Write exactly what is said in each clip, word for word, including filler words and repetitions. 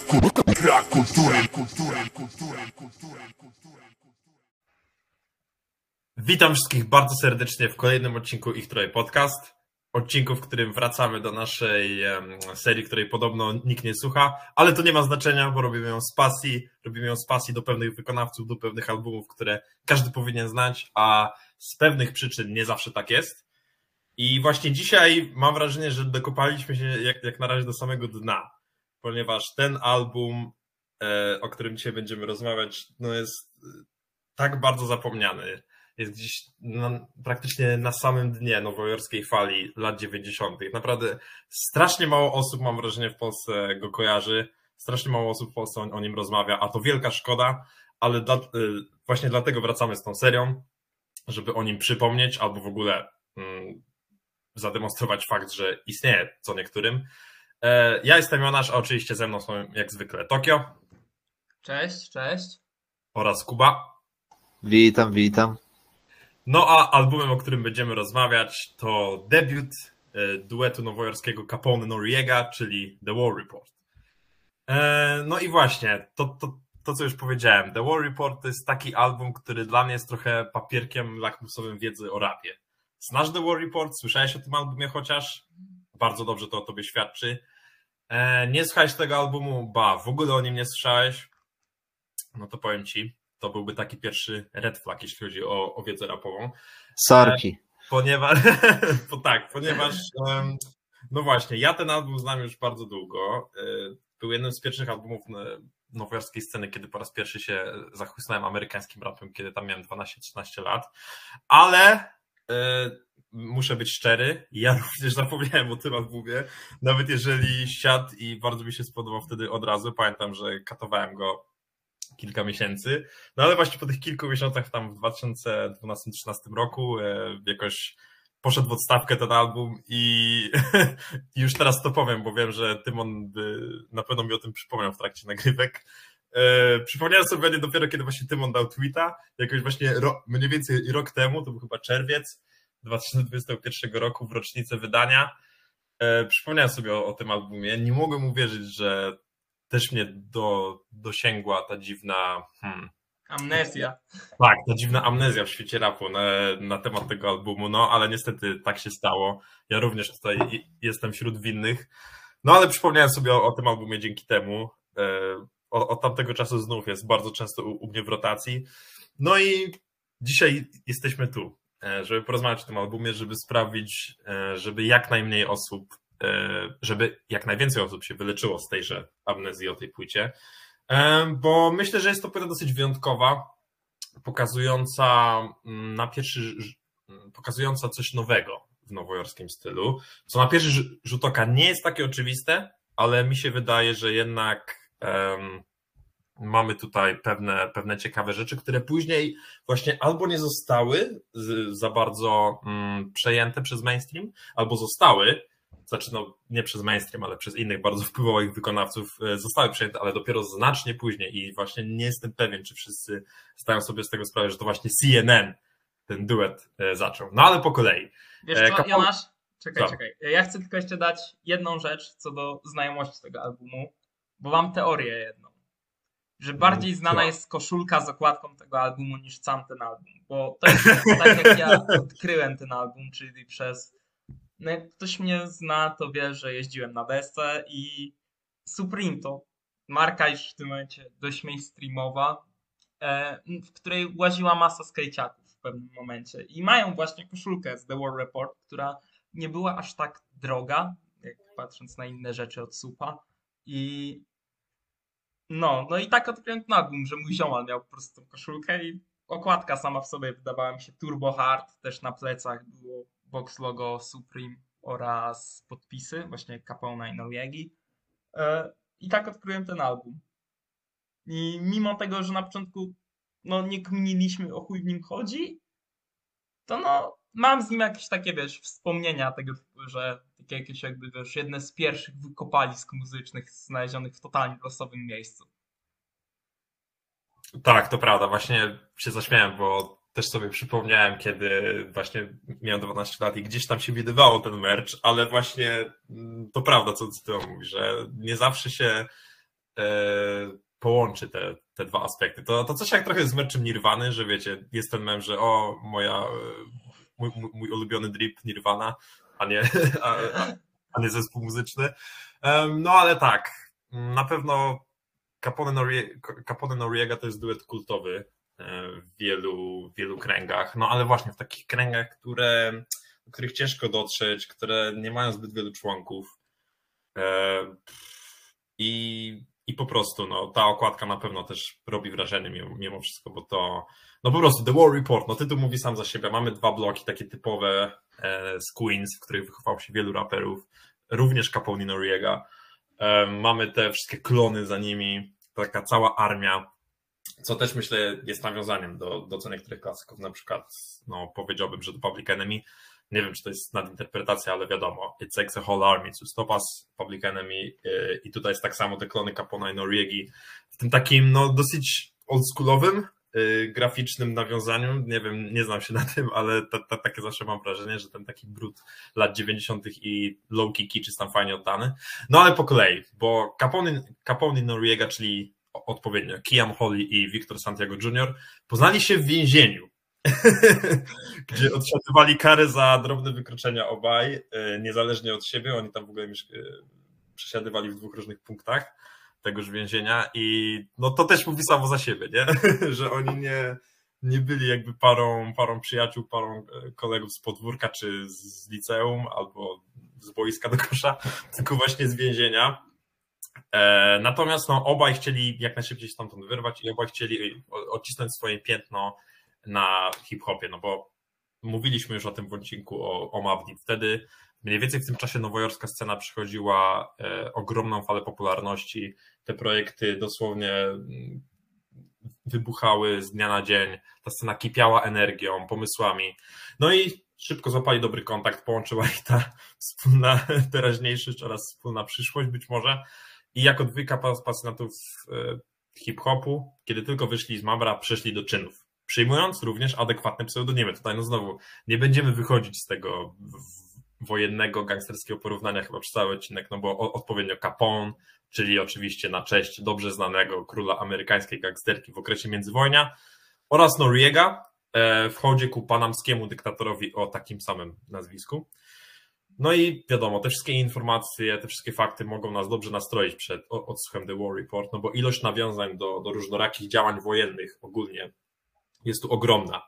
Brak kultury, kultury, kultury, kultury, kultury. Witam wszystkich bardzo serdecznie w kolejnym odcinku Ich Troje Podcast. Odcinku, w którym wracamy do naszej serii, której podobno nikt nie słucha, ale to nie ma znaczenia, bo robimy ją z pasji, robimy ją z pasji do pewnych wykonawców, do pewnych albumów, które każdy powinien znać, a z pewnych przyczyn nie zawsze tak jest. I właśnie dzisiaj mam wrażenie, że dokopaliśmy się jak, jak na razie do samego dna, ponieważ ten album, o którym dzisiaj będziemy rozmawiać, no jest tak bardzo zapomniany. Jest gdzieś na, praktycznie na samym dnie nowojorskiej fali lat dziewięćdziesiątych. Naprawdę strasznie mało osób, mam wrażenie, w Polsce go kojarzy, strasznie mało osób w Polsce o, o nim rozmawia, a to wielka szkoda, ale dla, właśnie dlatego wracamy z tą serią, żeby o nim przypomnieć albo w ogóle mm, zademonstrować fakt, że istnieje co niektórym. E, ja jestem Jonasz, a oczywiście ze mną są jak zwykle Tokio. Cześć, cześć. Oraz Kuba. Witam, witam. No a albumem, o którym będziemy rozmawiać, to debiut duetu nowojorskiego Capone Noriega, czyli The War Report. No i właśnie, to, to, to co już powiedziałem, The War Report to jest taki album, który dla mnie jest trochę papierkiem lakmusowym wiedzy o rapie. Znasz The War Report? Słyszałeś o tym albumie chociaż? Bardzo dobrze to o tobie świadczy. Nie słuchałeś tego albumu? Ba, w ogóle o nim nie słyszałeś? No to powiem ci, to byłby taki pierwszy red flag, jeśli chodzi o, o wiedzę rapową. Sorki. Ponieważ, bo tak, ponieważ, no właśnie, ja ten album znam już bardzo długo. Był jednym z pierwszych albumów nowojorskiej sceny, kiedy po raz pierwszy się zachłysnąłem amerykańskim rapem, kiedy tam miałem dwanaście trzynaście lat. Ale muszę być szczery, ja również zapomniałem o tym albumie, nawet jeżeli siadł i bardzo mi się spodobał wtedy od razu. Pamiętam, że katowałem go kilka miesięcy, no ale właśnie po tych kilku miesiącach tam w dwa tysiące dwunastym trzynastym roku e, jakoś poszedł w odstawkę ten album i już teraz to powiem, bo wiem, że Tymon by na pewno mi o tym przypomniał w trakcie nagrywek. E, przypomniałem sobie dopiero, kiedy właśnie Tymon dał tweeta, jakoś właśnie ro, mniej więcej rok temu, to był chyba czerwiec dwa tysiące dwudziestego pierwszego roku, w rocznicę wydania. E, przypomniałem sobie o, o tym albumie, nie mogłem uwierzyć, że też mnie do, dosięgła ta dziwna... Hmm, amnezja. Tak, ta dziwna amnezja w świecie rapu na, na temat tego albumu, no ale niestety tak się stało. Ja również tutaj jestem wśród winnych. No ale przypomniałem sobie o, o tym albumie dzięki temu. O, od tamtego czasu znów jest bardzo często u, u mnie w rotacji. No i dzisiaj jesteśmy tu, żeby porozmawiać o tym albumie, żeby sprawić, żeby jak najmniej osób żeby jak najwięcej osób się wyleczyło z tejże amnezji o tej płycie, bo myślę, że jest to płyta dosyć wyjątkowa, pokazująca na pierwszy, pokazująca coś nowego w nowojorskim stylu, co na pierwszy rzut oka nie jest takie oczywiste, ale mi się wydaje, że jednak um, mamy tutaj pewne, pewne ciekawe rzeczy, które później właśnie albo nie zostały za bardzo um, przejęte przez mainstream, albo zostały, znaczy no nie przez mainstream, ale przez innych bardzo wpływowych wykonawców zostały przejęte, ale dopiero znacznie później i właśnie nie jestem pewien, czy wszyscy zdają sobie z tego sprawę, że to właśnie C N N ten duet zaczął. No ale po kolei. Wiesz co, Kapol... Jonasz? Czekaj, co? czekaj. Ja chcę tylko jeszcze dać jedną rzecz co do znajomości tego albumu, bo mam teorię jedną, że bardziej znana jest koszulka z okładką tego albumu niż sam ten album, bo to jest tak jak ja odkryłem ten album, czyli przez no jak ktoś mnie zna, to wie, że jeździłem na desce i Supreme to marka już w tym momencie dość mainstreamowa, w której łaziła masa skejciaków w pewnym momencie i mają właśnie koszulkę z The War Report, która nie była aż tak droga, jak patrząc na inne rzeczy od Supa i no, no i tak odkryłem ten album, że mój ziomal miał po prostu tą koszulkę i okładka sama w sobie wydawała mi się turbo hard, też na plecach było box logo Supreme oraz podpisy, właśnie Capone i Noriegi. I tak odkryłem ten album. I mimo tego, że na początku no, nie kminiliśmy o chuj w nim chodzi, to no mam z nim jakieś takie, wiesz, wspomnienia tego typu, że takie jakieś jakby, wiesz, jedne z pierwszych wykopalisk muzycznych znalezionych w totalnie losowym miejscu. Tak, to prawda. Właśnie się zaśmiałem, bo też sobie przypomniałem, kiedy właśnie miałem dwanaście lat i gdzieś tam się widywało ten merch, ale właśnie to prawda, co ty mówisz, że nie zawsze się połączy te, te dwa aspekty. To, to coś jak trochę z merczem Nirwany, że wiecie, jest ten mem, że o, moja, mój, mój ulubiony drip Nirvana, a nie, a, a nie zespół muzyczny. No ale tak, na pewno Capone Noriega, Capone Noriega to jest duet kultowy w wielu, wielu kręgach, no ale właśnie w takich kręgach, które, do których ciężko dotrzeć, które nie mają zbyt wielu członków i, i po prostu no, ta okładka na pewno też robi wrażenie mimo, mimo wszystko, bo to no po prostu The War Report, no tytuł mówi sam za siebie, mamy dwa bloki takie typowe z Queens, w których wychowało się wielu raperów, również Capone Noriega, mamy te wszystkie klony za nimi, taka cała armia, co też myślę jest nawiązaniem do, do co niektórych klasyków, na przykład no, powiedziałbym, że do Public Enemy, nie wiem czy to jest nadinterpretacja, ale wiadomo, it takes a whole army to stop us, Public Enemy i tutaj jest tak samo te klony Capone i Noriegi w tym takim no dosyć oldschoolowym, graficznym nawiązaniu, nie wiem, nie znam się na tym, ale ta, ta, takie zawsze mam wrażenie, że ten taki brud lat dziewięćdziesiątych i low-key kicz jest tam fajnie oddany. No ale po kolei, bo Capone, Capone i Noriega, czyli odpowiednio Kiam Holly i Victor Santiago junior poznali się w więzieniu, gdzie odsiadywali karę za drobne wykroczenia obaj, niezależnie od siebie, oni tam w ogóle przesiadywali w dwóch różnych punktach tegoż więzienia i no to też mówi samo za siebie, nie? Że oni nie, nie byli jakby parą, parą przyjaciół, parą kolegów z podwórka czy z liceum albo z boiska do kosza, tylko właśnie z więzienia. E, natomiast no, obaj chcieli jak najszybciej stamtąd wyrwać i obaj chcieli odcisnąć swoje piętno na hip-hopie, no bo mówiliśmy już o tym w odcinku o, o Mavdim. Wtedy mniej więcej w tym czasie nowojorska scena przychodziła e, ogromną falę popularności. Te projekty dosłownie wybuchały z dnia na dzień. Ta scena kipiała energią, pomysłami. No i szybko złapali dobry kontakt, połączyła ich ta wspólna teraźniejszość oraz wspólna przyszłość być może. I jako dwójka pasjonatów e, hip-hopu, kiedy tylko wyszli z Mamra, przeszli do czynów. Przyjmując również adekwatne pseudonimy. Tutaj no znowu nie będziemy wychodzić z tego wojennego, gangsterskiego porównania chyba przez cały odcinek, no bo odpowiednio Capone, czyli oczywiście na cześć dobrze znanego króla amerykańskiej gangsterki w okresie międzywojnia, oraz Noriega w hołdzie ku panamskiemu dyktatorowi o takim samym nazwisku. No i wiadomo, te wszystkie informacje, te wszystkie fakty mogą nas dobrze nastroić przed odsłuchem The War Report, no bo ilość nawiązań do, do różnorakich działań wojennych ogólnie jest tu ogromna.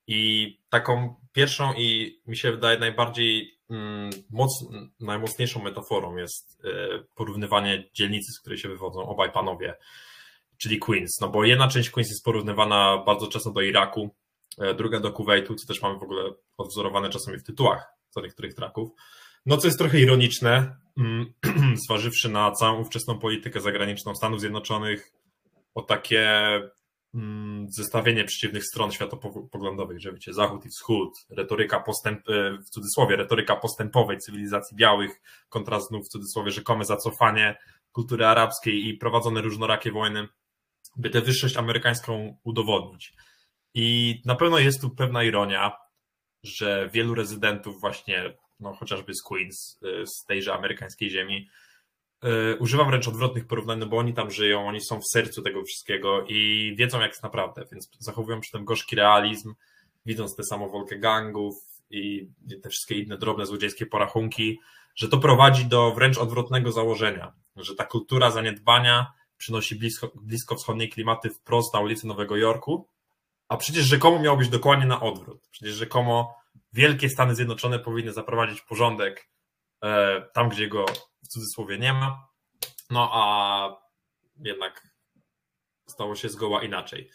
I taką pierwszą i mi się wydaje najbardziej mm, moc, najmocniejszą metaforą jest y, porównywanie dzielnicy, z której się wywodzą obaj panowie, czyli Queens. No bo jedna część Queens jest porównywana bardzo często do Iraku, y, druga do Kuwejtu, co też mamy w ogóle odwzorowane czasami w tytułach co niektórych tracków. No co jest trochę ironiczne, mm, zważywszy na całą ówczesną politykę zagraniczną Stanów Zjednoczonych, o takie zestawienie przeciwnych stron światopoglądowych, że wiecie, Zachód i Wschód, retoryka postęp, w cudzysłowie, retoryka postępowej cywilizacji białych, kontra znów w cudzysłowie rzekome zacofanie kultury arabskiej i prowadzone różnorakie wojny, by tę wyższość amerykańską udowodnić. I na pewno jest tu pewna ironia, że wielu rezydentów właśnie, no chociażby z Queens, z tejże amerykańskiej ziemi, używam wręcz odwrotnych porównań, no bo oni tam żyją, oni są w sercu tego wszystkiego i wiedzą jak jest naprawdę, więc zachowują przy tym gorzki realizm, widząc tę samowolkę gangów i te wszystkie inne drobne złodziejskie porachunki, że to prowadzi do wręcz odwrotnego założenia, że ta kultura zaniedbania przynosi blisko, bliskowschodnie klimaty wprost na ulicy Nowego Jorku, a przecież rzekomo miało być dokładnie na odwrót. Przecież rzekomo wielkie Stany Zjednoczone powinny zaprowadzić porządek e, tam, gdzie go w cudzysłowie nie ma, no a jednak stało się zgoła inaczej.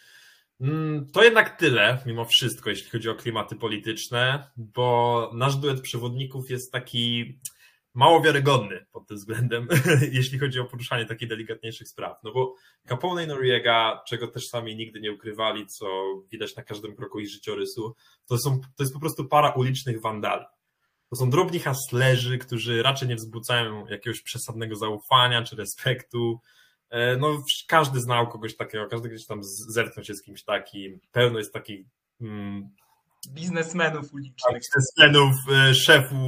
To jednak tyle, mimo wszystko, jeśli chodzi o klimaty polityczne, bo nasz duet przewodników jest taki mało wiarygodny pod tym względem, jeśli chodzi o poruszanie takich delikatniejszych spraw. No bo Capone i Noriega, czego też sami nigdy nie ukrywali, co widać na każdym kroku ich życiorysu, to, są, to jest po prostu para ulicznych wandali. To są drobni hustlerzy, którzy raczej nie wzbudzają jakiegoś przesadnego zaufania czy respektu. No, każdy znał kogoś takiego, każdy gdzieś tam zerknął się z kimś takim. Pełno jest takich mm, biznesmenów ulicznych. Biznesmenów, szefów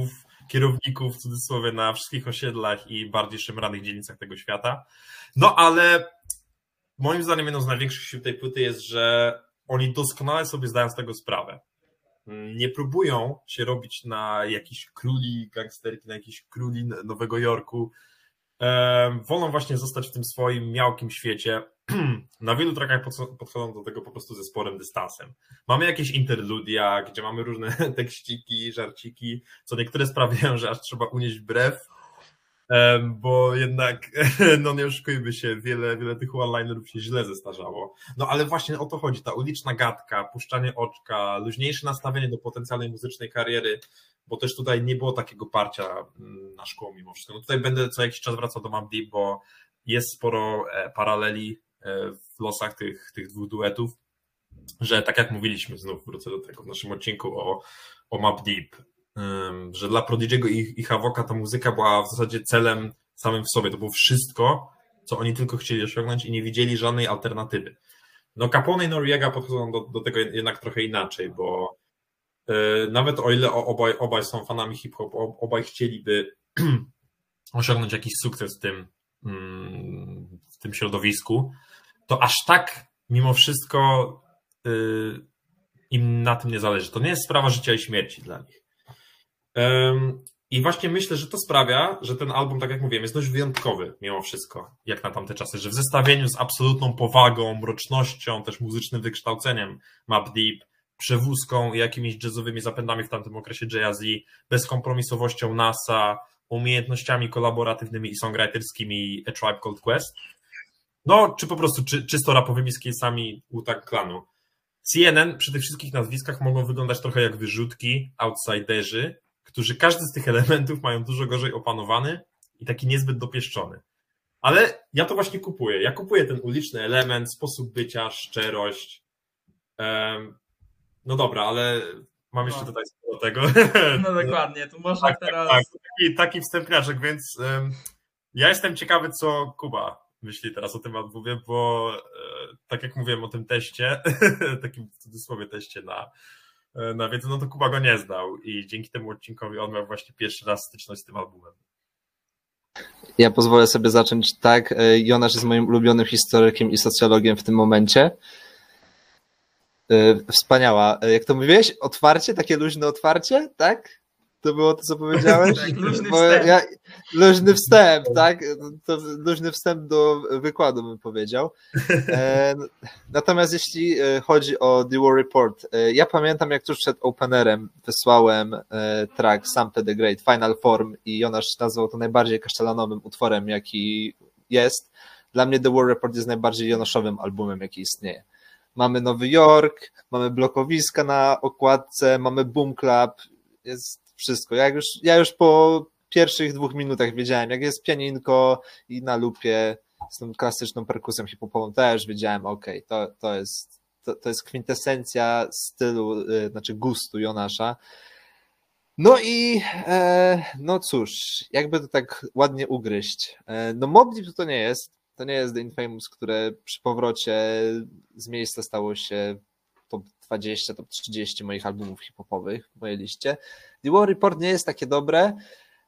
kierowników w cudzysłowie na wszystkich osiedlach i bardziej szemranych dzielnicach tego świata. No ale moim zdaniem jedną z największych sił tej płyty jest, że oni doskonale sobie zdają z tego sprawę. Nie próbują się robić na jakiś króli gangsterki, na jakiś króli Nowego Jorku. Wolą właśnie zostać w tym swoim miałkim świecie. Na wielu trackach podchodzą do tego po prostu ze sporym dystansem. Mamy jakieś interludia, gdzie mamy różne tekściki, żarciki, co niektóre sprawiają, że aż trzeba unieść brew, bo jednak, no nie oszukujmy się, wiele, wiele tych one-linerów się źle zestarzało. No ale właśnie o to chodzi, ta uliczna gadka, puszczanie oczka, luźniejsze nastawienie do potencjalnej muzycznej kariery, bo też tutaj nie było takiego parcia na szkło mimo wszystko. No tutaj będę co jakiś czas wracał do Mobb Deep, bo jest sporo paraleli w losach tych, tych dwóch duetów, że tak jak mówiliśmy, znów wrócę do tego w naszym odcinku o, o Mobb Deep, że dla Prodigy'ego i, i Havoca ta muzyka była w zasadzie celem samym w sobie. To było wszystko, co oni tylko chcieli osiągnąć i nie widzieli żadnej alternatywy. No Capone i Noriega podchodzą do, do tego jednak trochę inaczej, bo yy, nawet o ile obaj, obaj są fanami hip-hopu, obaj chcieliby osiągnąć jakiś sukces w tym, yy, w tym środowisku, to aż tak mimo wszystko yy, im na tym nie zależy. To nie jest sprawa życia i śmierci dla nich. I właśnie myślę, że to sprawia, że ten album, tak jak mówiłem, jest dość wyjątkowy mimo wszystko, jak na tamte czasy, że w zestawieniu z absolutną powagą, mrocznością, też muzycznym wykształceniem Mobb Deep, przewózką i jakimiś jazzowymi zapędami w tamtym okresie J Z, bezkompromisowością NASA, umiejętnościami kolaboratywnymi i songwriterskimi A Tribe Called Quest, no czy po prostu czy, czysto rapowymi skillsami Wu-Tang Clanu. C N N przy tych wszystkich nazwiskach mogą wyglądać trochę jak wyrzutki, outsiderzy, którzy każdy z tych elementów mają dużo gorzej opanowany i taki niezbyt dopieszczony. Ale ja to właśnie kupuję. Ja kupuję ten uliczny element, sposób bycia, szczerość. Um, no dobra, ale mam jeszcze no. tutaj sporo tego. No dokładnie, tu można tak, teraz... Tak, tak. Taki, taki wstępniaczek, więc um, ja jestem ciekawy, co Kuba myśli teraz o tym albumie, bo e, tak jak mówiłem o tym teście, takim w cudzysłowie teście na na wiedzę, no to Kuba go nie znał i dzięki temu odcinkowi on miał właśnie pierwszy raz styczność z tym albumem. Ja pozwolę sobie zacząć tak. Jonasz jest moim ulubionym historykiem i socjologiem w tym momencie. Wspaniała. Jak to mówiłeś? Otwarcie? Takie luźne otwarcie? Tak? To było to, co powiedziałeś? Tak, luźny Bo wstęp. Ja, luźny wstęp, tak? To luźny wstęp do wykładu bym powiedział. E, natomiast jeśli chodzi o The War Report, ja pamiętam, jak tuż przed openerem wysłałem track Sample the Great, Final Form i Jonasz nazwał to najbardziej kasztelanowym utworem, jaki jest. Dla mnie The War Report jest najbardziej jonaszowym albumem, jaki istnieje. Mamy Nowy Jork, mamy blokowiska na okładce, mamy Boom Club, jest wszystko. Ja już, ja już po pierwszych dwóch minutach wiedziałem, jak jest pianinko i na lupie z tą klasyczną perkusją hip-hopową, też wiedziałem, okej, okay, to, to, jest, to, to jest kwintesencja stylu, yy, znaczy gustu Jonasza. No i e, no cóż, jakby to tak ładnie ugryźć. E, no Mobb Deep to nie jest, to nie jest The Infamous, które przy powrocie z miejsca stało się top dwadzieścia, top trzydzieści moich albumów hip-hopowych w mojej liście. The War Report nie jest takie dobre.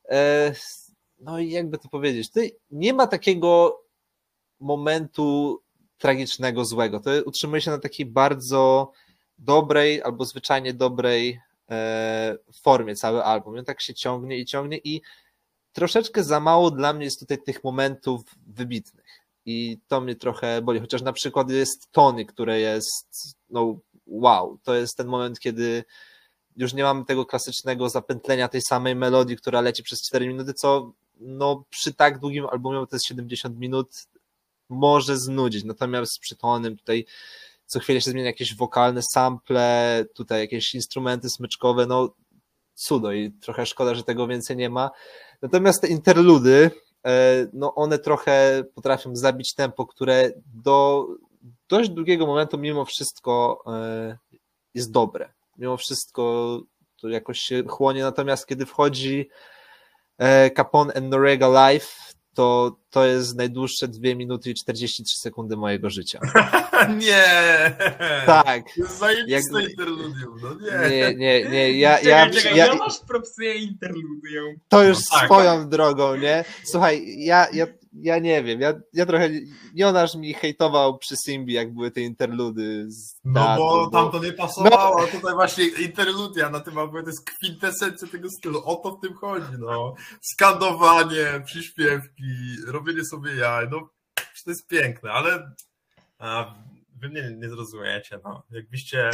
No i jakby to powiedzieć, tutaj nie ma takiego momentu tragicznego, złego. To utrzymuje się na takiej bardzo dobrej albo zwyczajnie dobrej formie cały album. On tak się ciągnie i ciągnie i troszeczkę za mało dla mnie jest tutaj tych momentów wybitnych. I to mnie trochę boli, chociaż na przykład jest Tony, które jest no wow, to jest ten moment, kiedy już nie mamy tego klasycznego zapętlenia tej samej melodii, która leci przez cztery minuty, co no przy tak długim albumie, bo to jest siedemdziesiąt minut, może znudzić, natomiast przy Tonym tutaj co chwilę się zmienia jakieś wokalne sample, tutaj jakieś instrumenty smyczkowe, no cudo i trochę szkoda, że tego więcej nie ma. Natomiast te interludy, no one trochę potrafią zabić tempo, które do dość długiego momentu mimo wszystko jest dobre. Mimo wszystko to jakoś się chłonie, natomiast kiedy wchodzi Capone and Noriega Live, to to jest najdłuższe dwie minuty i czterdzieści trzy sekundy mojego życia. Nie! Tak. To jest zajebiste Jak- interludium, no nie. Nie, nie, nie, ja, Czekaj, ja, czekaj, ja, Jonasz propsuje interludium. to już No tak. swoją drogą, nie? Słuchaj, ja, ja, ja nie wiem, ja, ja trochę, Jonasz mi hejtował przy Simbi, jak były te interludy z No teatru, bo tam to nie pasowało, a tutaj właśnie interludia na tym albumie to jest kwintesencja tego stylu, o to w tym chodzi, no. Skandowanie, przyśpiewki, robienie sobie jaj, no to jest piękne, ale a, wy mnie nie zrozumiecie, no. Jakbyście...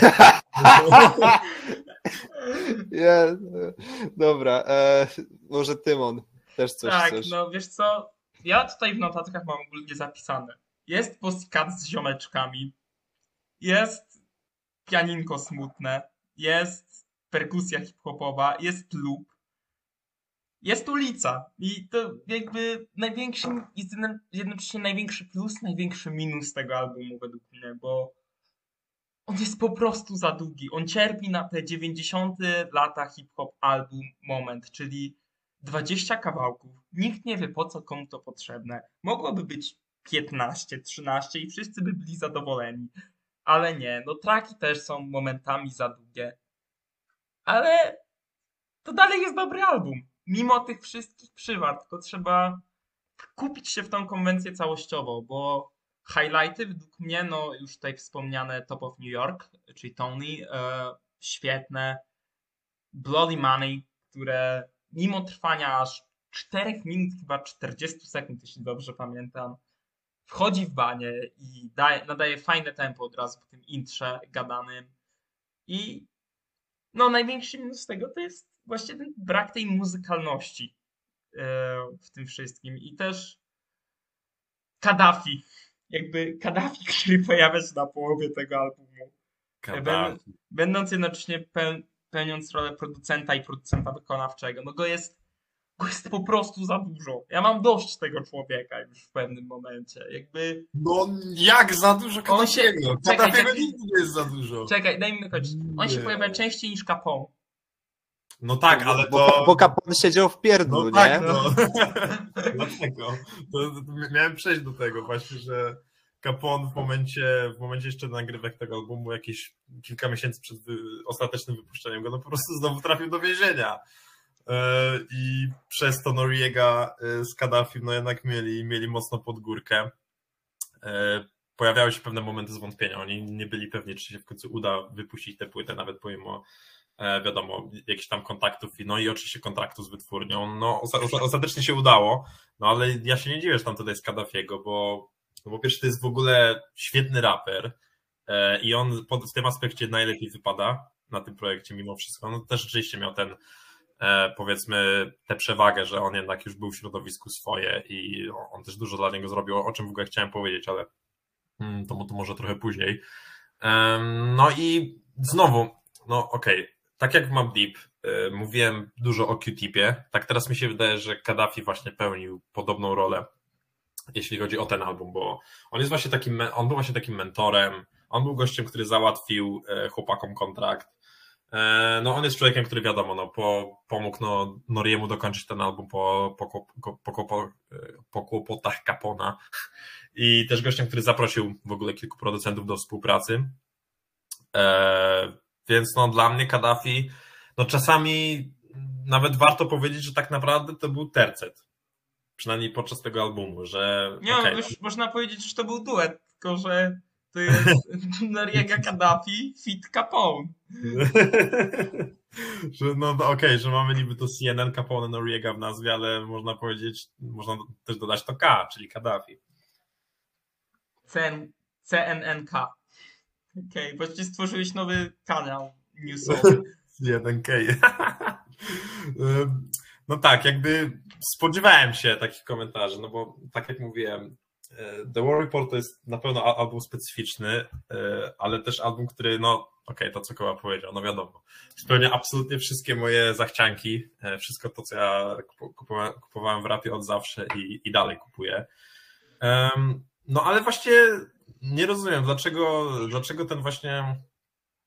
Ja, dobra, e, może Tymon też coś Tak, chcesz. no wiesz co, ja tutaj w notatkach mam ogólnie zapisane. Jest Pussycat z ziomeczkami, jest pianinko smutne, jest perkusja hip-hopowa, jest loop, jest ulica i to jakby największy, jest jednym- jednocześnie największy plus, największy minus tego albumu według mnie, bo on jest po prostu za długi. On cierpi na te dziewięćdziesiąte lata hip-hop album moment, czyli dwadzieścia kawałków. Nikt nie wie, po co komu to potrzebne. Mogłoby być piętnaście, trzynaście i wszyscy by byli zadowoleni. Ale nie, no traki też są momentami za długie. Ale to dalej jest dobry album. Mimo tych wszystkich przywar, tylko trzeba kupić się w tą konwencję całościowo, bo highlighty według mnie, no już tutaj wspomniane Top of New York, czyli Tony, e, świetne. Bloody Money, które mimo trwania aż czterech minut, chyba czterdzieści sekund, jeśli dobrze pamiętam, wchodzi w banie i daje, nadaje fajne tempo od razu po tym intrze gadanym. I no największy minus tego to jest właśnie ten brak tej muzykalności e, w tym wszystkim. I też Kaddafi. Jakby Kaddafi, który pojawia się na połowie tego albumu. Kaddafi. Będąc jednocześnie peł, pełniąc rolę producenta i producenta wykonawczego. No go jest, go jest po prostu za dużo. Ja mam dość tego człowieka już w pewnym momencie. Jakby... No jak za dużo On się- Kaddafiego? czekaj, Kaddafiego czekaj. nigdy nie jest za dużo. Czekaj, daj mi dokończyć. On się Nie. pojawia częściej niż Capone. No tak, ale Bo, to... bo Capone siedział w pierdlu, No nie? tak, no. Dlatego. To, to miałem przejść do tego właśnie, że Capone w momencie, w momencie jeszcze nagrywek tego albumu, jakieś kilka miesięcy przed wy, ostatecznym wypuszczeniem go, no po prostu znowu trafił do więzienia. Yy, I przez to Noriega yy, z Kaddafim no jednak mieli, mieli mocno pod górkę. Yy, pojawiały się pewne momenty zwątpienia. Oni nie byli pewni, czy się w końcu uda wypuścić tę płytę, nawet pomimo wiadomo, jakichś tam kontaktów, no i oczywiście kontraktu z wytwórnią. No osa- ostatecznie się udało, no ale ja się nie dziwię, że tam tutaj jest Kaddafiego, bo no bo pierwszy to jest w ogóle świetny raper e, i on pod, w tym aspekcie najlepiej wypada na tym projekcie mimo wszystko. No też rzeczywiście miał ten e, powiedzmy tę przewagę, że on jednak już był w środowisku swoje i on też dużo dla niego zrobił, o czym w ogóle chciałem powiedzieć, ale hmm, to, to może trochę później. E, no i znowu, no okej, okay. Tak jak w Mobb Deep y, mówiłem dużo o Q-Tipie, tak teraz mi się wydaje, że Kaddafi właśnie pełnił podobną rolę, jeśli chodzi o ten album, bo on jest właśnie takim, on był właśnie takim mentorem, on był gościem, który załatwił y, chłopakom kontrakt. Y, no on jest człowiekiem, który wiadomo, no, po, pomógł no, Noriemu dokończyć ten album po, po, po, po, po, po kłopotach Capona i też gościem, który zaprosił w ogóle kilku producentów do współpracy. Y, Więc no dla mnie Kaddafi, no czasami nawet warto powiedzieć, że tak naprawdę to był tercet. Przynajmniej podczas tego albumu, że... Nie, okay, już można powiedzieć, że to był duet, tylko że to jest Noriega Kaddafi fit Capone. że no okej, okay, że mamy niby to C N N Capone Noriega w nazwie, ale można powiedzieć, można też dodać to K, czyli Kaddafi. C N N K. Okej, okay, właściwie stworzyłeś nowy kanał newsowy. jeden K. No tak, jakby spodziewałem się takich komentarzy, no bo tak jak mówiłem, The War Report to jest na pewno album specyficzny, ale też album, który, no okej, okay, to co Koła powiedział, no wiadomo, spełnia absolutnie wszystkie moje zachcianki, wszystko to, co ja kupowałem, kupowałem w rapie od zawsze i, i dalej kupuję. No ale właśnie nie rozumiem, dlaczego, dlaczego ten właśnie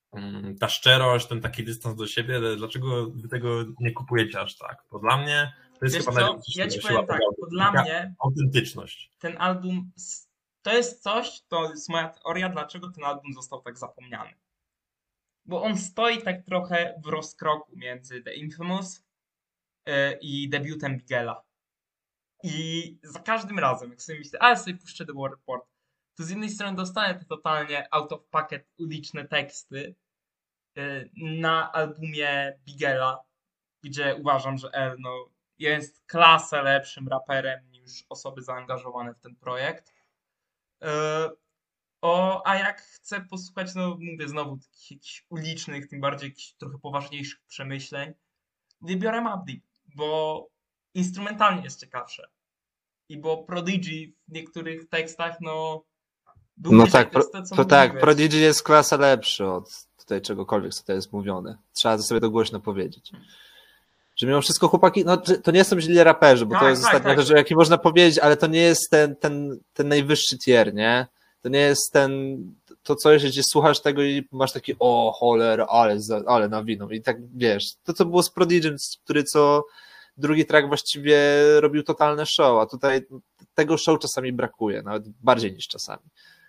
ta szczerość, ten taki dystans do siebie, dlaczego wy tego nie kupujecie aż tak? Bo dla mnie To jest Wiesz chyba co, najlepsze, ja ci co powiem się tak, udało. bo dla Taka mnie autentyczność. ten album, s- to jest coś, to jest moja teoria, dlaczego ten album został tak zapomniany. Bo on stoi tak trochę w rozkroku między The Infamous y, i debiutem Bigela. I za każdym razem, jak sobie myślę, ale sobie puszczę The War Report, to z jednej strony dostanę te totalnie out of pocket uliczne teksty y, na albumie Bigela, gdzie uważam, że L no, jest klasę lepszym raperem niż osoby zaangażowane w ten projekt. Y, o, a jak chcę posłuchać, no mówię znowu, takich jakichś ulicznych, tym bardziej jakichś trochę poważniejszych przemyśleń, wybiorę Mobb Deep, bo instrumentalnie jest ciekawsze. I bo Prodigy w niektórych tekstach, no był No wyżej, tak, to jest pro, to, co to mówi tak, Wes. Prodigy jest klasa lepszy od tutaj czegokolwiek, co tutaj jest mówione. Trzeba sobie to głośno powiedzieć. Że mimo wszystko chłopaki, no to nie są źli raperzy, bo Tak, to jest tak, ostatnia tak. rzecz, jaki można powiedzieć, ale to nie jest ten, ten, ten najwyższy tier, nie? To nie jest ten, to coś, gdzie słuchasz tego i masz taki, o cholera, ale, za- ale nawiną. I tak wiesz, to co było z Prodigym, który co drugi track właściwie robił totalne show, a tutaj tego show czasami brakuje, nawet bardziej niż czasami.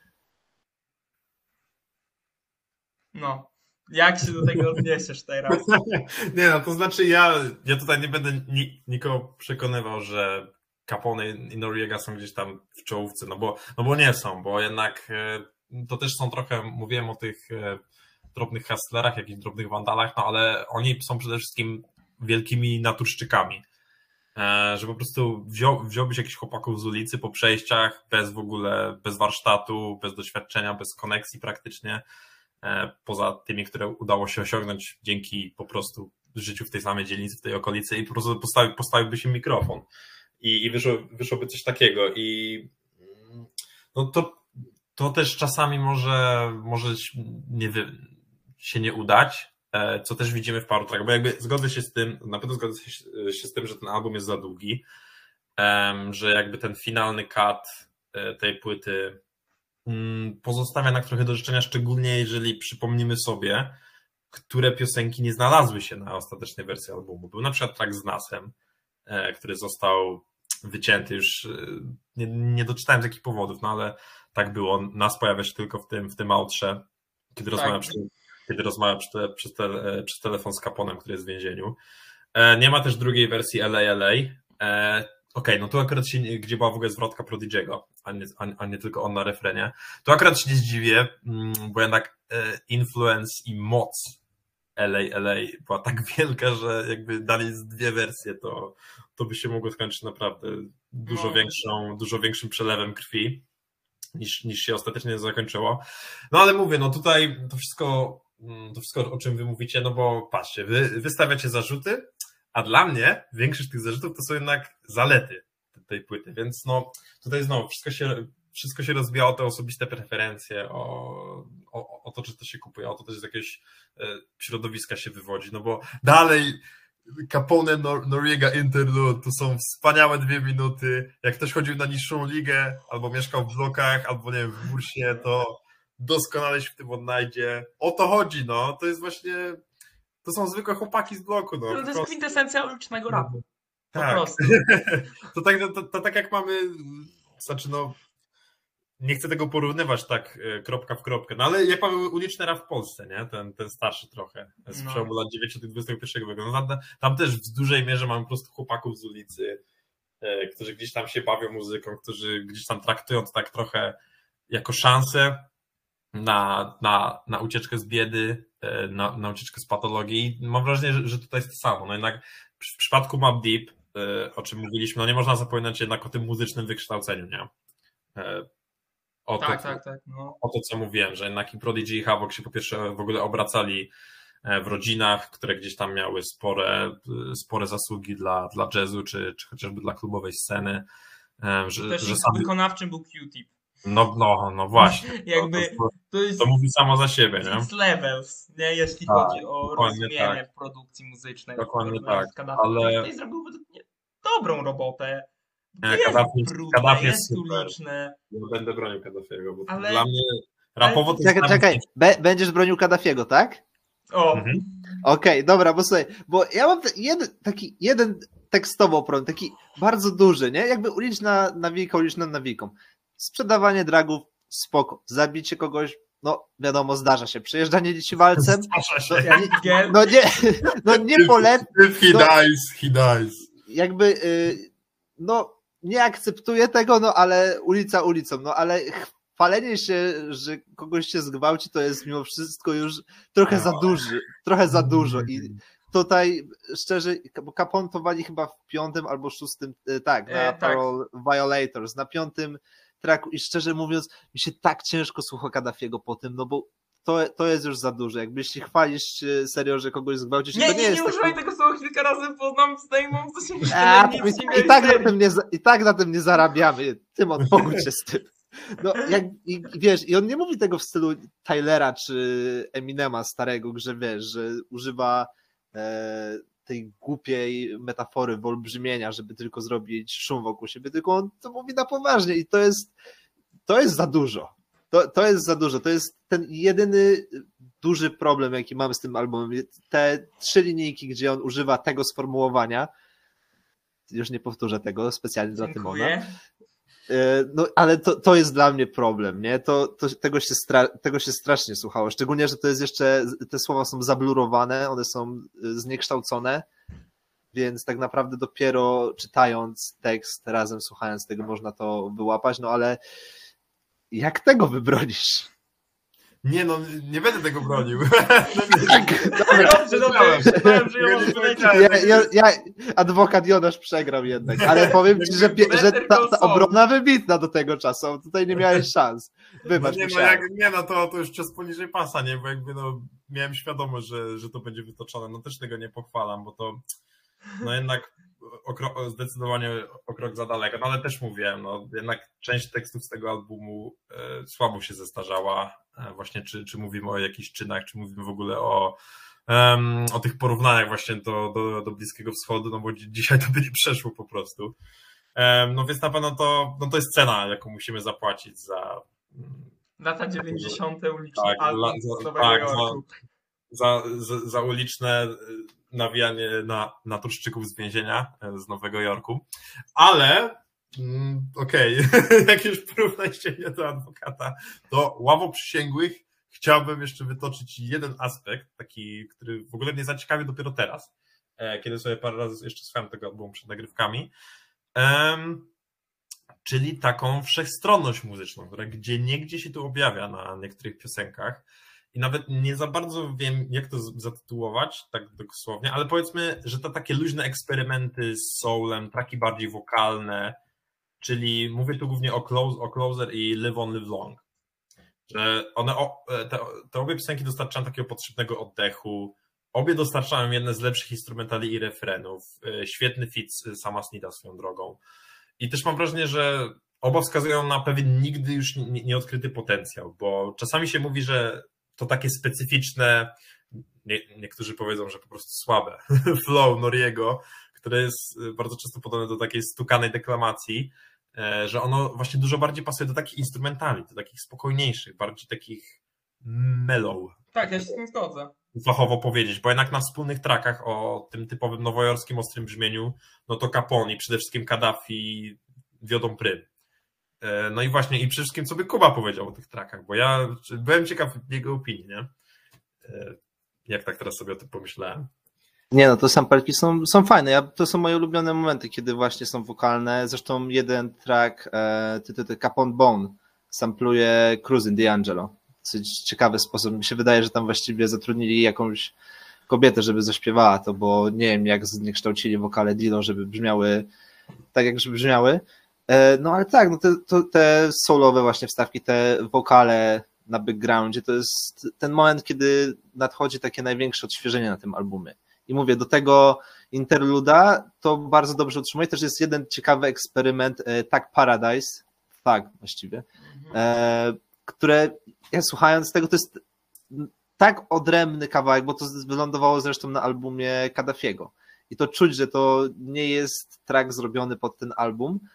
No, jak się do tego odniesiesz teraz? Nie no, to znaczy ja, ja tutaj nie będę ni, nikogo przekonywał, że Capone i Noriega są gdzieś tam w czołówce, no bo, no bo nie są, bo jednak e, to też są trochę, mówiłem o tych e, drobnych hustlerach, jakichś drobnych wandalach, no ale oni są przede wszystkim wielkimi naturszczykami. E, że po prostu wziął, wziąłbyś jakichś chłopaków z ulicy po przejściach, bez w ogóle, bez warsztatu, bez doświadczenia, bez koneksji praktycznie, e, poza tymi, które udało się osiągnąć dzięki po prostu życiu w tej samej dzielnicy, w tej okolicy i po prostu postawi, postawiłby się mikrofon i, i wyszło, wyszłoby coś takiego i no to, to też czasami może, może nie, wy- się nie udać, e, co też widzimy w paru trackach, bo jakby zgodzę się z tym, na pewno zgodzę się, się z tym, że ten album jest za długi, em, że jakby ten finalny cut e, tej płyty mm, pozostawia na trochę do życzenia, szczególnie jeżeli przypomnimy sobie, które piosenki nie znalazły się na ostatecznej wersji albumu. Był na przykład track z Nasem, e, który został wycięty już, e, nie, nie doczytałem z jakich powodów, no ale tak było. Nas pojawia się tylko w tym, w tym outrze, kiedy Tak. rozmawia, przy, kiedy rozmawia przy, te, przy, te, e, przy telefon z Caponem, który jest w więzieniu. E, nie ma też drugiej wersji L A L A. E, Okej, okay, no tu akurat się, nie- gdzie była w ogóle zwrotka Prodigy'ego, a nie, a, a nie tylko on na refrenie. Tu akurat się nie zdziwię, mm, bo jednak e, influence i moc L A L A była tak wielka, że jakby dali z dwie wersje, to, to by się mogło skończyć naprawdę dużo No. większą, dużo większym przelewem krwi niż, niż się ostatecznie zakończyło. No ale mówię, no tutaj to wszystko, mm, to wszystko, o czym wy mówicie, no bo patrzcie, wy wystawiacie zarzuty, a dla mnie większość tych zarzutów to są jednak zalety tej płyty, więc no tutaj znowu wszystko się, wszystko się rozbija o te osobiste preferencje, o, o, o to, czy to się kupuje, o to też z jakiegoś e, środowiska się wywodzi, no bo dalej Capone Nor- Noriega Interlude to są wspaniałe dwie minuty, jak ktoś chodził na niższą ligę, albo mieszkał w blokach, albo nie wiem, w bursie, to doskonale się w tym odnajdzie. O to chodzi, no, to jest właśnie, to są zwykłe chłopaki z bloku, no. No, to po jest prostu. kwintesencja ulicznego rapu. Po Tak. prostu. To tak, to, to tak jak mamy, znaczy no, nie chcę tego porównywać tak e, kropka w kropkę, no ale jak mamy uliczny rap w Polsce, nie? Ten, ten starszy trochę, z No. przełomu lat dziewięćdziesiątych dwudziestego pierwszego wieku. No, tam, tam też w dużej mierze mamy po prostu chłopaków z ulicy, e, którzy gdzieś tam się bawią muzyką, którzy gdzieś tam traktują to tak trochę jako szansę na, na, na ucieczkę z biedy, e, na, na ucieczkę z patologii. I mam wrażenie, że, że tutaj jest to samo. No jednak w przypadku Mobb Deep, o czym mówiliśmy, no nie można zapominać jednak o tym muzycznym wykształceniu, nie? O to, Tak, tak, tak. No. o to, co mówiłem, że jednak i Prodigy i Havoc się po pierwsze w ogóle obracali w rodzinach, które gdzieś tam miały spore, spore zasługi dla, dla jazzu, czy, czy chociażby dla klubowej sceny. Że, Też że ich sami, wykonawczym był Q-Tip. no, no, no właśnie. Jakby to, to jest to mówi samo za siebie, nie? six levels, nie? Jeśli Tak, chodzi o dokładnie rozumienie tak. produkcji muzycznej. Dokładnie Porównaniu tak, z Kaddafi. ale- Tutaj zrobił według mnie dobrą robotę. Nie, jest Kaddafi- brudne, Kaddafi jest jest super. uliczne. Nie będę bronił Kaddafiego, bo Ale- dla mnie rapowo to Czekaj, jest czekaj. Be- będziesz bronił Kaddafiego, tak? O, Mhm. Okej, dobra, bo słuchaj, bo ja mam te- jeden, taki jeden tekstowo problem, taki bardzo duży, nie? Jakby uliczna nawika, uliczną nawiką. Sprzedawanie dragów, spoko. Zabicie kogoś, no wiadomo, zdarza się. Przejeżdżanie dzieci walcem, Zdarza no, się. ja nie, Giel. no nie, no nie polecam, If he No. dies, he dies. jakby, y, no nie akceptuję tego, no ale ulica ulicą, no ale chwalenie się, że kogoś się zgwałci, to jest mimo wszystko już trochę za duży, trochę za dużo i tutaj szczerze, bo Capone to wali chyba w piątym albo szóstym, y, tak, na E, tak. Parole Violators, na piątym tracku i szczerze mówiąc, mi się tak ciężko słucha Kaddafiego po tym, no bo to, to jest już za dużo. Jakby jeśli chwalisz się serio, że kogoś zgwałcisz, Nie, to nie, nie, nie, jest używaj taki... tego słowa kilka razy, bo nam zdejmą, co się A, nic to nie i, miałeś i, tak na serii. tym nie, za- I tak na tym nie zarabiamy. Tymon, pogódź się z tym. No, jak, i, i wiesz, i on nie mówi tego w stylu Tylera czy Eminema starego, że wiesz, że używa e, tej głupiej metafory wyolbrzymienia, żeby tylko zrobić szum wokół siebie, tylko on to mówi na poważnie i to jest to jest za dużo. To, to jest za dużo. To jest ten jedyny duży problem, jaki mamy z tym albumem. Te trzy linijki, gdzie on używa tego sformułowania, już nie powtórzę tego specjalnie dla Tymona. Dziękuję. No, ale to, to jest dla mnie problem, nie? To, to, tego, się stra, tego się strasznie słuchało. Szczególnie, że to jest jeszcze, te słowa są zablurowane, one są zniekształcone, więc tak naprawdę dopiero czytając tekst, razem słuchając tego można to wyłapać, no ale jak tego wybronisz? Nie no, nie będę tego bronił. Dobrze, dobrze, myślałem, że ja mam wylecieć. Ja, ja, ja, adwokat Jonasz przegrał jednak, ale powiem ci, że, pie- że ta, ta obrona wybitna do tego czasu, tutaj nie miałeś szans. No Wybacz, nie, no, musiałem. jak, nie no, to, to już czas poniżej pasa, nie? Bo jakby no, miałem świadomość, że, że to będzie wytoczone. No też tego nie pochwalam, bo to no jednak o kro- zdecydowanie o krok za daleko. No ale też mówiłem, no jednak część tekstów z tego albumu e, słabo się zestarzała. E, właśnie czy, czy mówimy o jakichś czynach, czy mówimy w ogóle o um, o tych porównaniach właśnie do, do, do Bliskiego Wschodu, no bo dzi- dzisiaj to by nie przeszło po prostu. Um, no więc na pewno to, no to jest cena, jaką musimy zapłacić za Lata dziewięćdziesiąte uliczny Tak, album la- z za- Nowego tak, Jorku. za, za, za uliczne nawijanie na naturszczyków z więzienia z Nowego Jorku. Ale mm, okej, okay. Jak już porównaliście mnie do adwokata, to ławoprzysięgłych chciałbym jeszcze wytoczyć jeden aspekt, taki, który w ogóle mnie zaciekawił dopiero teraz, kiedy sobie parę razy jeszcze słuchałem tego albumu przed nagrywkami, um, czyli taką wszechstronność muzyczną, która gdzie niegdzie się tu objawia na niektórych piosenkach. I nawet nie za bardzo wiem, jak to zatytułować, tak dosłownie, ale powiedzmy, że to takie luźne eksperymenty z soulem, traki bardziej wokalne, czyli mówię tu głównie o, close, o Closer i Live On, Live Long. Że one, te, te obie piosenki dostarczają takiego potrzebnego oddechu, obie dostarczają jedne z lepszych instrumentali i refrenów, świetny fit sama Snida swoją drogą. I też mam wrażenie, że oba wskazują na pewien nigdy już nieodkryty potencjał, bo czasami się mówi, że to takie specyficzne, nie, niektórzy powiedzą, że po prostu słabe, flow Noriego, które jest bardzo często podobne do takiej stukanej deklamacji, że ono właśnie dużo bardziej pasuje do takich instrumentali, do takich spokojniejszych, bardziej takich mellow. Tak, ja się z tym zgodzę. Fachowo powiedzieć, bo jednak na wspólnych trackach o tym typowym nowojorskim ostrym brzmieniu, no to Capone i przede wszystkim Kaddafi wiodą prym. No i właśnie, i przede wszystkim co by Kuba powiedział o tych trackach, bo ja byłem ciekaw jego opinii, nie? Jak tak teraz sobie o tym pomyślałem. Nie no, to samplerki są, są fajne, ja, to są moje ulubione momenty, kiedy właśnie są wokalne, zresztą jeden track, e, ty, ty, ty, Capone Bone, sampluje Cruising D'Angelo. Dosyć ciekawy sposób, mi się wydaje, że tam właściwie zatrudnili jakąś kobietę, żeby zaśpiewała to, bo nie wiem jak zniekształcili wokale Dilo, żeby brzmiały tak jak żeby brzmiały. No ale tak, no te, to, te soulowe właśnie wstawki, te wokale na backgroundzie, to jest ten moment, kiedy nadchodzi takie największe odświeżenie na tym albumie. I mówię, do tego interluda to bardzo dobrze utrzymuje. Też jest jeden ciekawy eksperyment, tak Paradise, tak właściwie, e, które ja słuchając tego, to jest tak odrębny kawałek, bo to wylądowało zresztą na albumie Kaddafiego. I to czuć, że to nie jest track zrobiony pod ten album.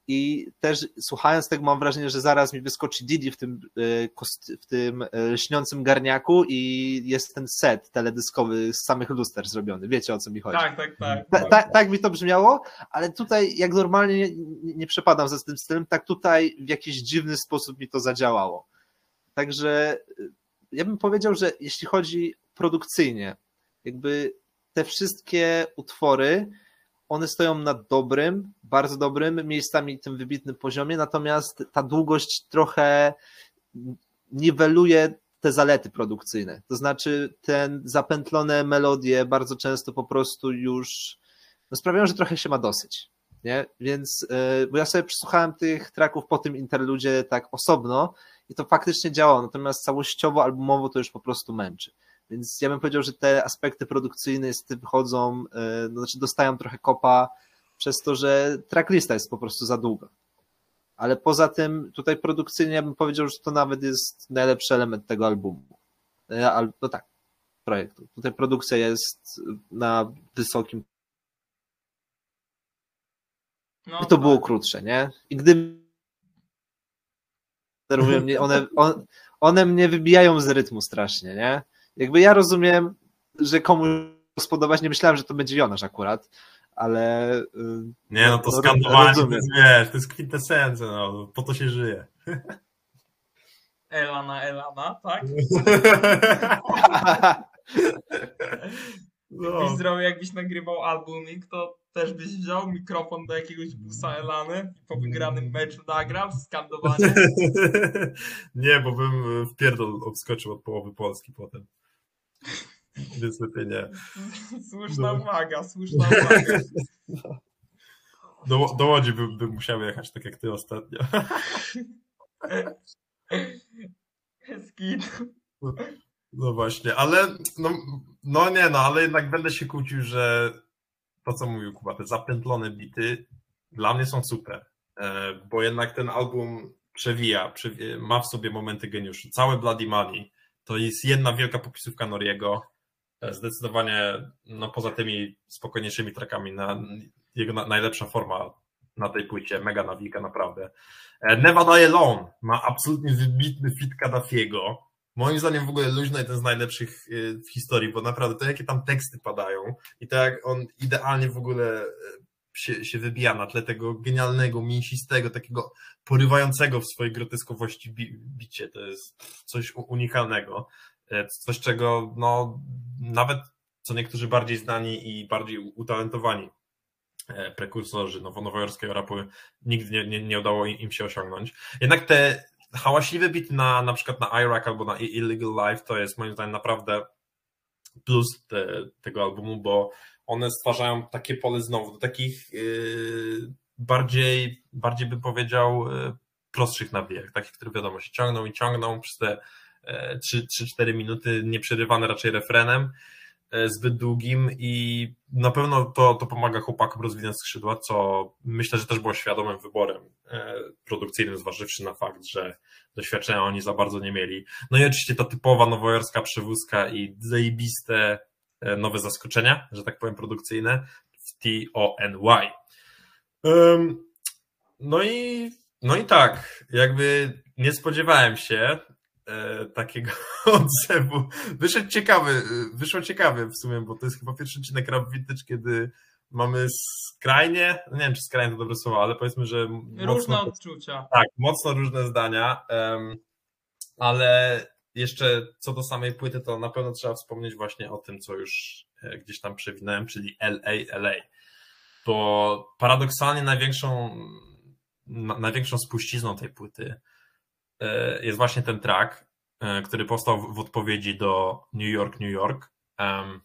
i też słuchając tego mam wrażenie, że zaraz mi wyskoczy Didi w tym, w tym lśniącym garniaku i jest ten set teledyskowy z samych luster zrobiony. Wiecie, o co mi chodzi. Tak, tak, tak. Ta, ta, tak mi to brzmiało, ale tutaj jak normalnie nie, nie przepadam za tym stylem, tak tutaj w jakiś dziwny sposób mi to zadziałało. Także ja bym powiedział, że jeśli chodzi produkcyjnie, jakby te wszystkie utwory, one stoją na dobrym, bardzo dobrym, miejscami tym wybitnym poziomie, natomiast ta długość trochę niweluje te zalety produkcyjne. To znaczy ten zapętlone melodie bardzo często po prostu już no, sprawiają, że trochę się ma dosyć. Nie? Więc, yy, bo ja sobie przesłuchałem tych tracków po tym interludzie tak osobno i to faktycznie działało, natomiast całościowo, albumowo to już po prostu męczy. Więc ja bym powiedział, że te aspekty produkcyjne z tym wychodzą, yy, no, znaczy dostają trochę kopa przez to, że tracklista jest po prostu za długa. Ale poza tym tutaj produkcyjnie ja bym powiedział, że to nawet jest najlepszy element tego albumu. No tak, projektu. Tutaj produkcja jest na wysokim. No, I to było krótsze, nie? I gdyby one, one, one mnie wybijają z rytmu strasznie, nie? Jakby ja rozumiem, że komuś spodobać, nie myślałem, że to będzie Jonasz akurat, ale... Nie, no to no, skandowanie to jest, wiesz, to jest kwintesencja, no, po to się żyje. Elana, Elana, tak? No. Jakbyś zrobił, jakbyś nagrywał albumik, to też byś wziął mikrofon do jakiegoś busa Elany i po wygranym meczu nagrał skandowanie? Nie, bo bym w pierdol obskoczył od połowy Polski potem. Więc lepiej nie. Słuszna no. uwaga, słuszna uwaga. Do, do Łodzi bym, bym musiał jechać, tak jak ty ostatnio. Skit. No właśnie, ale no, no nie no, ale jednak będę się kłócił, że to co mówił Kuba, te zapętlone bity dla mnie są super, bo jednak ten album przewija, przewija ma w sobie momenty geniuszu. Całe Bloody Money to jest jedna wielka popisówka Noriego, zdecydowanie no poza tymi spokojniejszymi trackami na, jego na, najlepsza forma na tej płycie, mega nawika naprawdę. Never Die Alone ma absolutnie wybitny fit Kaddafiego. Moim zdaniem w ogóle luźno jeden z najlepszych w historii, bo naprawdę to jakie tam teksty padają i to jak on idealnie w ogóle się, się wybija na tle tego genialnego, mięsistego, takiego porywającego w swojej groteskowości bi- bicie. To jest coś unikalnego. Coś, czego no nawet co niektórzy bardziej znani i bardziej utalentowani prekursorzy nowonowojorskiego rapu nigdy nie, nie, nie udało im się osiągnąć. Jednak te hałaśliwe bity na, na przykład na Iraq albo na Illegal Life to jest moim zdaniem naprawdę plus te, tego albumu, bo one stwarzają takie pole znowu do takich yy, bardziej, bardziej bym powiedział yy, prostszych nawijek, takich, które wiadomo się ciągną i ciągną przez te trzy cztery minuty, nieprzerywane raczej refrenem zbyt długim i na pewno to, to pomaga chłopakom rozwinąć skrzydła, co myślę, że też było świadomym wyborem produkcyjnym, zważywszy na fakt, że doświadczenia oni za bardzo nie mieli. No i oczywiście ta typowa nowojorska przewózka i zajebiste nowe zaskoczenia, że tak powiem produkcyjne w T O N Y. Um, no i no i tak, jakby nie spodziewałem się e, takiego odzewu. Wyszedł ciekawy, wyszło ciekawy w sumie, bo to jest chyba pierwszy odcinek Rap Vintage, kiedy mamy skrajnie, nie wiem czy skrajnie to dobre słowo, ale powiedzmy, że różne mocno, odczucia. Tak, mocno różne zdania, um, ale jeszcze co do samej płyty, to na pewno trzeba wspomnieć właśnie o tym, co już gdzieś tam przewinąłem, czyli L A L A, bo paradoksalnie największą największą spuścizną tej płyty jest właśnie ten track, który powstał w odpowiedzi do New York, New York. Um,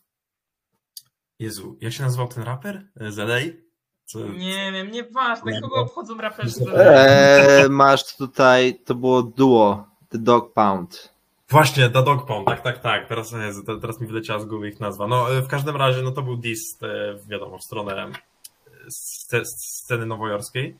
Jezu, jak się nazywał ten raper z L A? Co... Nie wiem, nieważne, Nie, kogo bo- obchodzą raperzy z L A? Eee, masz tutaj, to było duo, The Dog Pound. Właśnie, The Dog Pound, tak, tak, tak. Teraz, Jezu, te- teraz mi wyleciała z głowy ich nazwa. No, w każdym razie, no to był diss, e, wiadomo, w stronę sce- sceny nowojorskiej,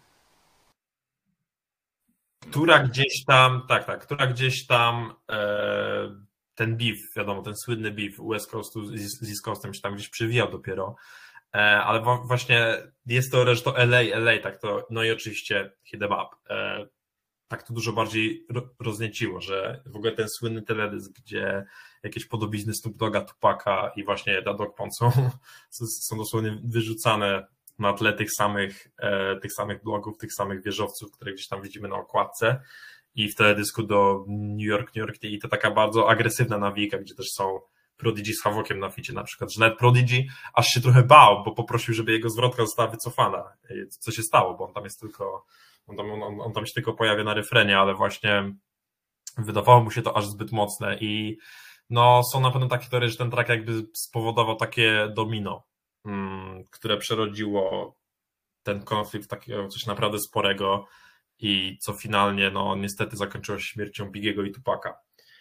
która gdzieś tam, tak, tak, która gdzieś tam e, ten beef, wiadomo, ten słynny beef West Coastu z, z East Coastem się tam gdzieś przywijał dopiero, ale właśnie jest to, że to L A, L A, tak to, no i oczywiście Hit 'em Up. Tak to dużo bardziej roznieciło, że w ogóle ten słynny teledysk, gdzie jakieś podobizny Snoop Dogga, Tupaka i właśnie Da Dog Pound są, są dosłownie wyrzucane na tle tych samych, tych samych blogów, tych samych wieżowców, które gdzieś tam widzimy na okładce, i w teledysku do New York, New York i to taka bardzo agresywna nawika, gdzie też są Prodigy z Havokiem na ficie na przykład, że nawet Prodigy aż się trochę bał, bo poprosił, żeby jego zwrotka została wycofana, co się stało, bo on tam jest tylko On tam, on, on tam się tylko pojawia na refrenie, ale właśnie wydawało mu się to aż zbyt mocne i no są na pewno takie teorie, że ten track jakby spowodował takie domino, hmm, które przerodziło ten konflikt w takiego coś naprawdę sporego i co finalnie no niestety zakończyło się śmiercią Biggiego i Tupaka.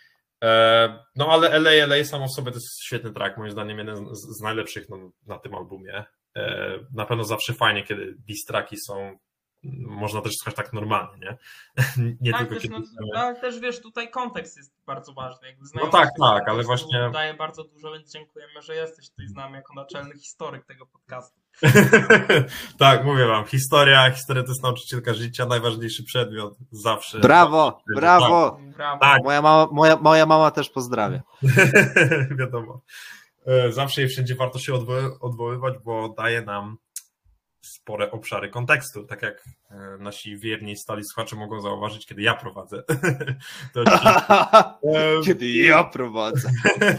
E, no ale L A L A samo w sobie to jest świetny track, moim zdaniem jeden z, z najlepszych no, na tym albumie. E, na pewno zawsze fajnie, kiedy diss tracki są, można też słuchać tak normalnie, nie? nie tak, tylko też, kiedy... no, ale też wiesz, tutaj kontekst jest bardzo ważny. Jakby no tak, tak, ale właśnie właśnie... daje bardzo dużo, więc dziękujemy, że jesteś tutaj z nami jako naczelny historyk tego podcastu. tak, mówię wam, historia, historia to jest nauczycielka życia, najważniejszy przedmiot, zawsze. Brawo, brawo! Tak. Brawo. Tak. Moja mama, moja, moja mama też pozdrawia. Wiadomo. Zawsze i wszędzie warto się odwo- odwoływać, bo daje nam spore obszary kontekstu, tak jak nasi wierni stali słuchacze mogą zauważyć, kiedy ja prowadzę. to Kiedy ja prowadzę.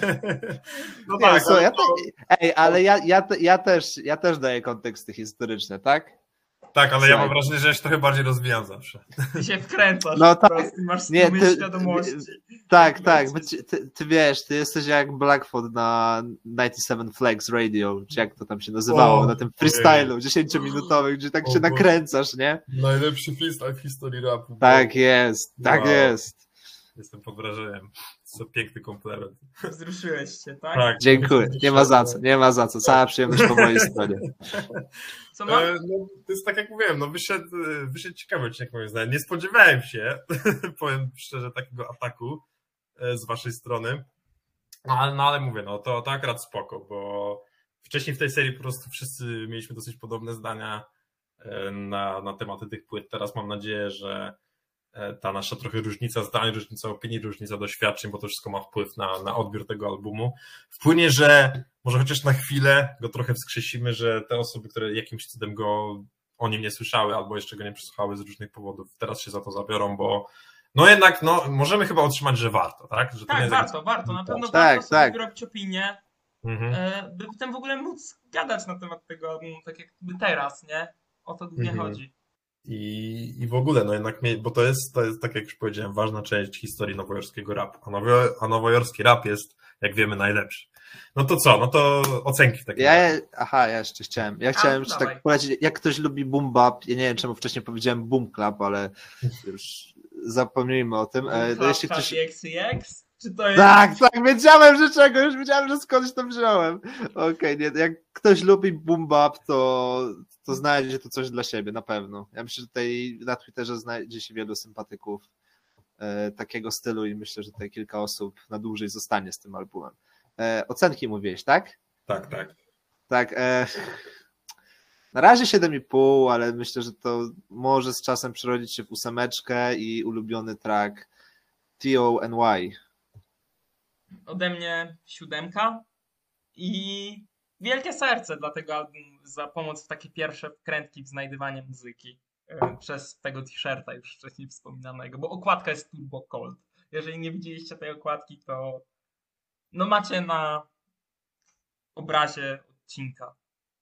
no Nie, tak, co, ale, ja to, te, ej, ale ja, ja, te, ja, też, ja też daję konteksty historyczne, tak? tak, ale ja mam Słuchaj. wrażenie, że ja się trochę bardziej rozwijam zawsze. Ty się wkręcasz, No po tak. prostu masz Nie, nie, ty- świadomości. Tak, tak, bo ty, ty, ty wiesz, ty jesteś jak Blackfoot na dziewięćdziesiąt siedem Flags Radio, czy jak to tam się nazywało, O, na tym freestylu dziesięciominutowym, gdzie tak O się Boże. nakręcasz, nie? Najlepszy freestyle w historii rapu. Tak jest, tak Wow. jest. Jestem pod wrażeniem. Co piękny komplement. Wzruszyłeś się, tak? Tak. Dziękuję, nie ma za co, nie ma za co, cała przyjemność po mojej stronie. Co mam? E, no, to jest tak jak mówiłem, no wyszedł, wyszedł ciekawy odcinek moim zdaniem. Nie spodziewałem się, powiem szczerze, takiego ataku e, z waszej strony. No ale, no, ale mówię, no to, to akurat spoko, bo wcześniej w tej serii po prostu wszyscy mieliśmy dosyć podobne zdania e, na, na tematy tych płyt. Teraz mam nadzieję, że e, ta nasza trochę różnica zdań, różnica opinii, różnica doświadczeń, bo to wszystko ma wpływ na, na odbiór tego albumu, wpłynie, że może chociaż na chwilę go trochę wskrzesimy, że te osoby, które jakimś cudem go o nim nie słyszały albo jeszcze go nie przesłuchały z różnych powodów, teraz się za to zabiorą, bo no jednak no, możemy chyba otrzymać, że warto, tak? Że to nie Tak, jest warto, jak... warto. Na pewno Tak, warto sobie tak. wyrobić opinię, Mhm. e, by potem w ogóle móc gadać na temat tego albumu, tak jakby teraz, nie? O to głównie Mhm. chodzi. I, I w ogóle, no jednak, mie- bo to jest, to jest, tak jak już powiedziałem, ważna część historii nowojorskiego rapu, a, nowo, a nowojorski rap jest, jak wiemy, najlepszy. No to co? No to ocenki w takim razie. Ja, aha, ja jeszcze chciałem, ja chciałem jeszcze dawaj. tak polecić, jak ktoś lubi boom bap, ja nie wiem czemu wcześniej powiedziałem boom clap, ale już zapomnijmy o tym. E, to jeśli ktoś... X X? Czy to jest... Tak, tak, wiedziałem, że czego, już wiedziałem, że skądś to wziąłem. Okej, nie, jak ktoś lubi boom bap, to, to znajdzie to coś dla siebie, na pewno. Ja myślę, że tutaj na Twitterze znajdzie się wielu sympatyków e, takiego stylu i myślę, że tutaj kilka osób na dłużej zostanie z tym albumem. E, ocenki mówiłeś, tak? Tak, tak. Tak, e, na razie siedem i pół, ale myślę, że to może z czasem przerodzić się w ósemeczkę i ulubiony track T O N Y. Ode mnie siódemka i wielkie serce dla tego albumu za pomoc w takie pierwsze wkrętki w znajdywanie muzyki e, przez tego t-shirta już wcześniej wspominanego, bo okładka jest turbo cold. Jeżeli nie widzieliście tej okładki, to no macie na obrazie odcinka.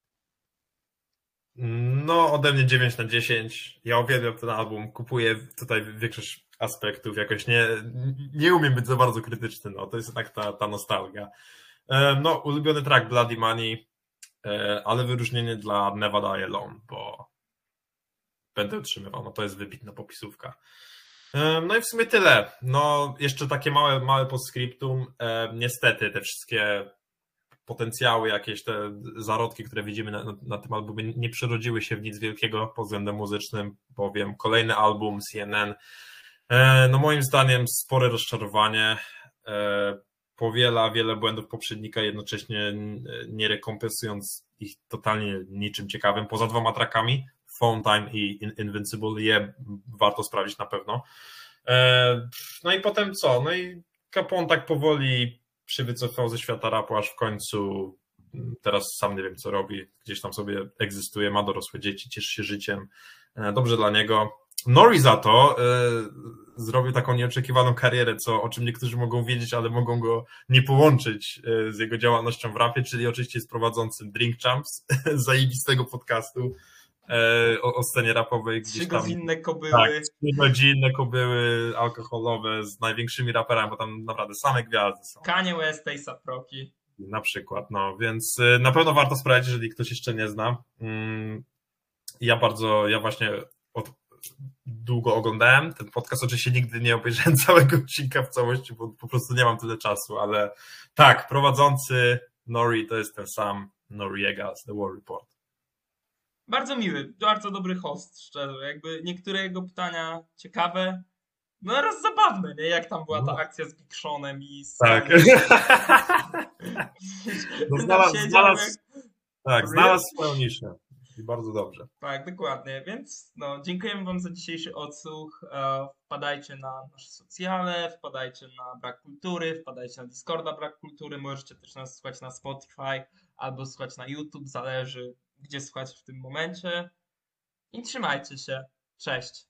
No, ode mnie dziewięć na dziesięć. Ja uwielbiam ten album, kupuję tutaj większość aspektów, jakoś nie, nie umiem być za bardzo krytyczny, no, to jest jednak ta, ta nostalgia. No, ulubiony track Bloody Money, ale wyróżnienie dla Never Die Alone, bo będę utrzymywał, no to jest wybitna popisówka. No i w sumie tyle. No, jeszcze takie małe, małe postscriptum. Niestety te wszystkie potencjały, jakieś te zarodki, które widzimy na, na, na tym albumie, nie przerodziły się w nic wielkiego pod względem muzycznym, bowiem kolejny album C N N, no moim zdaniem spore rozczarowanie. powiela wiele błędów poprzednika, jednocześnie nie rekompensując ich totalnie niczym ciekawym, poza dwoma trackami, Phone Time i Invincible, je warto sprawdzić na pewno. No i potem co? No i Capone tak powoli się wycofał ze świata rapu, aż w końcu teraz sam nie wiem co robi, gdzieś tam sobie egzystuje, ma dorosłe dzieci, cieszy się życiem, dobrze dla niego. Nori za to e, zrobił taką nieoczekiwaną karierę, co, o czym niektórzy mogą wiedzieć, ale mogą go nie połączyć e, z jego działalnością w rapie, czyli oczywiście jest prowadzącym Drink Champs, zajebistego podcastu e, o, o scenie rapowej. Trzy godzinne kobyły. Tak, trzy godzinne kobyły alkoholowe z największymi raperami, bo tam naprawdę same gwiazdy są. Kanye West, A$ap Rocky. Na przykład, no, więc e, na pewno warto sprawdzić, jeżeli ktoś jeszcze nie zna. Mm, ja bardzo, ja właśnie od długo oglądałem ten podcast, oczywiście nigdy nie obejrzałem całego odcinka w całości, bo po prostu nie mam tyle czasu, ale tak, prowadzący Nori to jest ten sam Noriega z The War Report. Bardzo miły, bardzo dobry host, szczerze, jakby niektóre jego pytania ciekawe, no oraz zabawne, nie? Jak tam była ta akcja z Big Seanem i z... Tak. No, znalazł, znalazł, tak, znalazł swoją niszę. I bardzo dobrze. Tak, dokładnie. Więc no, dziękujemy Wam za dzisiejszy odsłuch. Wpadajcie na nasze socjale, wpadajcie na Brak Kultury, wpadajcie na Discorda Brak Kultury. Możecie też nas słuchać na Spotify albo słuchać na YouTube, zależy gdzie słuchać w tym momencie. I trzymajcie się. Cześć.